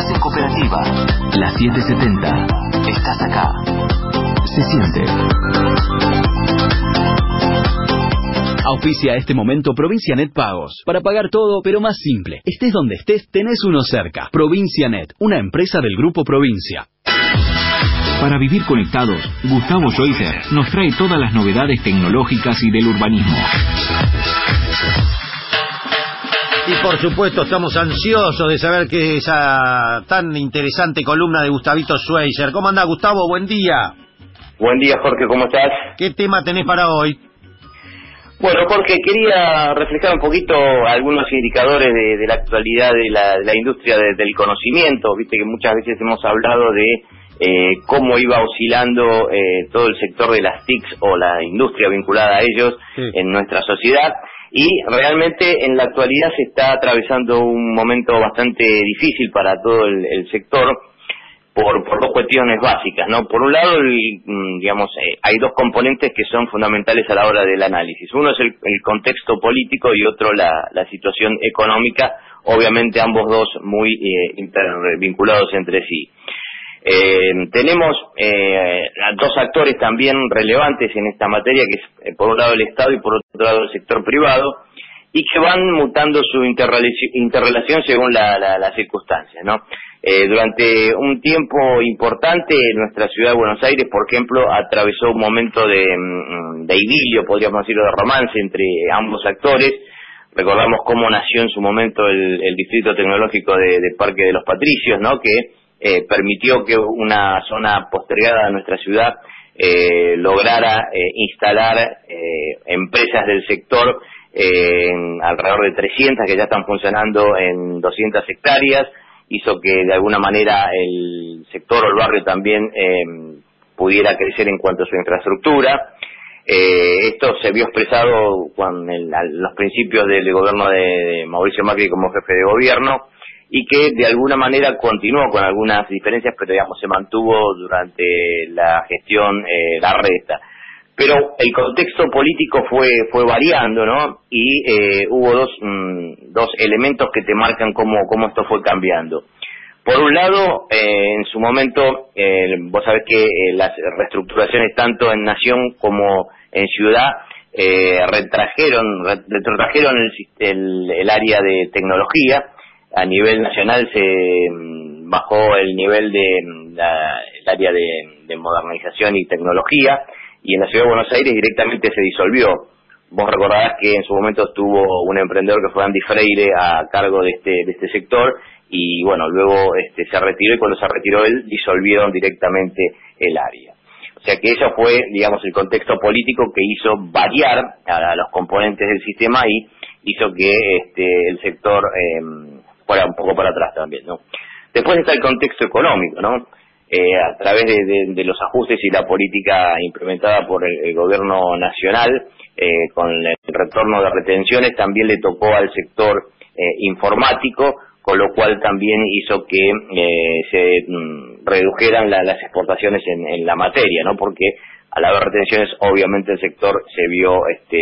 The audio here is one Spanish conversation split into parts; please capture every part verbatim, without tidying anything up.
Estás en Cooperativa. La setecientos setenta. Estás acá. Se siente. Auspicia este momento Provincianet Pagos. Para pagar todo, pero más simple. Estés donde estés, tenés uno cerca. Provincianet, una empresa del Grupo Provincia. Para vivir conectados, Gustavo Schweizer nos trae todas las novedades tecnológicas y del urbanismo. Y por supuesto estamos ansiosos de saber qué es esa tan interesante columna de Gustavito Schweizer. ¿Cómo anda, Gustavo? Buen día. Buen día, Jorge, ¿cómo estás? ¿Qué tema tenés para hoy? Bueno, Jorge, quería reflejar un poquito algunos indicadores de, de la actualidad de la, de la industria de, del conocimiento. Viste que muchas veces hemos hablado de eh, cómo iba oscilando eh, todo el sector de las T I Cs o la industria vinculada a ellos sí. en nuestra sociedad. Y realmente en la actualidad se está atravesando un momento bastante difícil para todo el, el sector por, por dos cuestiones básicas, ¿no? Por un lado, el, digamos, eh, hay dos componentes que son fundamentales a la hora del análisis. Uno es el, el contexto político y otro la, la situación económica, obviamente ambos dos muy eh, intervinculados entre sí. Eh, tenemos eh, dos actores también relevantes en esta materia, que es eh, por un lado el Estado y por otro lado el sector privado, y que van mutando su interrelación, interrelación según la, la, las circunstancias, ¿no? Eh, durante un tiempo importante nuestra ciudad de Buenos Aires, por ejemplo, atravesó un momento de, de idilio, podríamos decirlo, de romance entre ambos actores. Recordamos cómo nació en su momento el, el Distrito Tecnológico de, de Parque de los Patricios, ¿no? Que Eh, permitió que una zona postergada de nuestra ciudad eh, lograra eh, instalar eh, empresas del sector eh, en alrededor de trescientas que ya están funcionando en doscientas hectáreas, hizo que de alguna manera el sector o el barrio también eh, pudiera crecer en cuanto a su infraestructura. Eh, esto se vio expresado con el, los principios del gobierno de, de Mauricio Macri como jefe de gobierno, y que de alguna manera continuó con algunas diferencias, pero digamos se mantuvo durante la gestión eh, la reta. Pero el contexto político fue fue variando, ¿no? Y eh, hubo dos mmm, dos elementos que te marcan cómo cómo esto fue cambiando. Por un lado, eh, en su momento, eh, vos sabés que eh, las reestructuraciones tanto en nación como en ciudad eh, retrajeron retrotrajeron el, el, el área de tecnología. A nivel nacional se bajó el nivel de la, el área de, de modernización y tecnología, y en la ciudad de Buenos Aires directamente se disolvió. Vos recordarás que en su momento estuvo un emprendedor que fue Andy Freire a cargo de este de este sector, y bueno, luego este se retiró, y cuando se retiró él disolvieron directamente el área. O sea que eso fue, digamos, el contexto político que hizo variar a, a los componentes del sistema y hizo que este el sector eh, fuera un poco para atrás también, ¿no? Después está el contexto económico, ¿no? Eh, a través de, de, de los ajustes y la política implementada por el, el gobierno nacional, eh, con el retorno de retenciones, también le tocó al sector eh, informático, con lo cual también hizo que eh, se mm, redujeran la, las exportaciones en, en la materia, ¿no? Porque al haber retenciones, obviamente el sector se vio este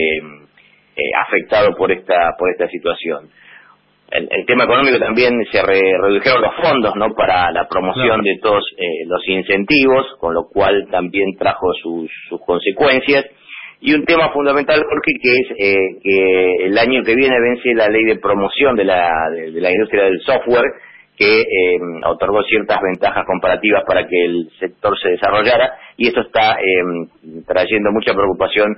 eh, afectado por esta por esta situación. El, el tema económico también se re, redujeron los fondos, ¿no? Para la promoción claro. de todos eh, los incentivos, con lo cual también trajo sus, sus consecuencias. Y un tema fundamental, Jorge, que es eh, que el año que viene vence la ley de promoción de la, de, de la industria del software, que eh, otorgó ciertas ventajas comparativas para que el sector se desarrollara, y esto está eh, trayendo mucha preocupación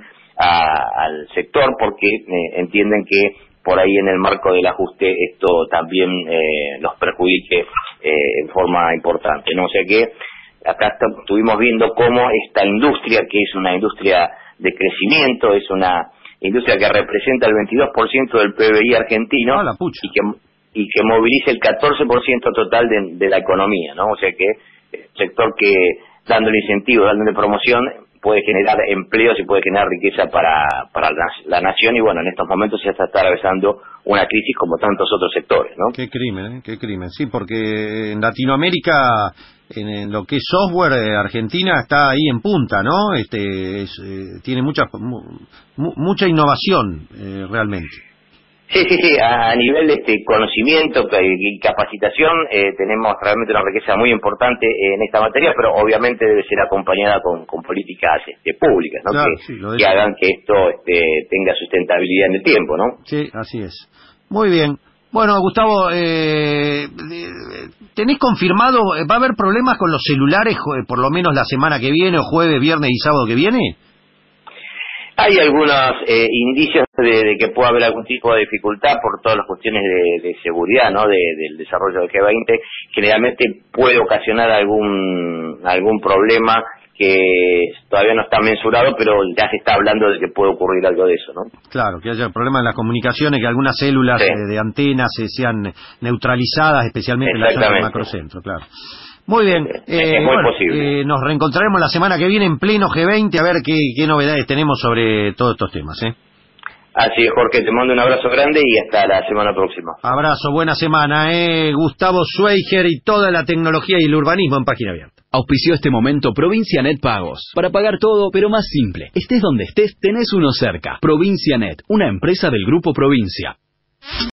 a, al sector, porque eh, entienden que por ahí en el marco del ajuste esto también eh, los perjudique eh, en forma importante, ¿no? O sea que acá estuvimos viendo cómo esta industria, que es una industria de crecimiento, es una industria que representa el veintidós por ciento del P B I argentino, ah, la pucha. y que y que moviliza el catorce por ciento total de, de la economía, ¿no? O sea que el sector que, dándole incentivos, dándole promoción, puede generar empleos y puede generar riqueza para para la, la nación, y bueno, en estos momentos ya está atravesando una crisis como tantos otros sectores, ¿no? Qué crimen, ¿eh? Qué crimen, sí, porque en Latinoamérica, en, en lo que es software, eh, Argentina está ahí en punta, ¿no? Este es, eh, tiene mucha mu, mucha innovación, eh, realmente. Sí, sí, sí, a, a nivel de este conocimiento y capacitación eh, tenemos realmente una riqueza muy importante en esta materia, pero obviamente debe ser acompañada con, con políticas este, públicas, ¿no? Claro, que, sí, lo que hagan que esto este, tenga sustentabilidad en el tiempo, ¿no? Sí, así es. Muy bien. Bueno, Gustavo, eh, ¿tenés confirmado, va a haber problemas con los celulares por lo menos la semana que viene, o jueves, viernes y sábado que viene? Hay algunos eh, indicios de, de que pueda haber algún tipo de dificultad por todas las cuestiones de, de seguridad, ¿no? De, del desarrollo del G veinte. Generalmente puede ocasionar algún algún problema que todavía no está mensurado, pero ya se está hablando de que puede ocurrir algo de eso, ¿no? Claro, que haya problemas en las comunicaciones, que algunas células sí. eh, de antenas eh, sean neutralizadas, especialmente en la zona del macrocentro, claro. Muy bien, eh, es muy bueno, posible. Eh, nos reencontraremos la semana que viene en pleno G veinte a ver qué, qué novedades tenemos sobre todos estos temas, ¿eh? Así es, Jorge, te mando un abrazo grande y hasta la semana próxima. Abrazo, buena semana, ¿eh? Gustavo Schweiger y toda la tecnología y el urbanismo en Página Abierta. Auspició este momento Provincia Net Pagos. Para pagar todo, pero más simple. Estés donde estés, tenés uno cerca. Provincia Net, una empresa del Grupo Provincia.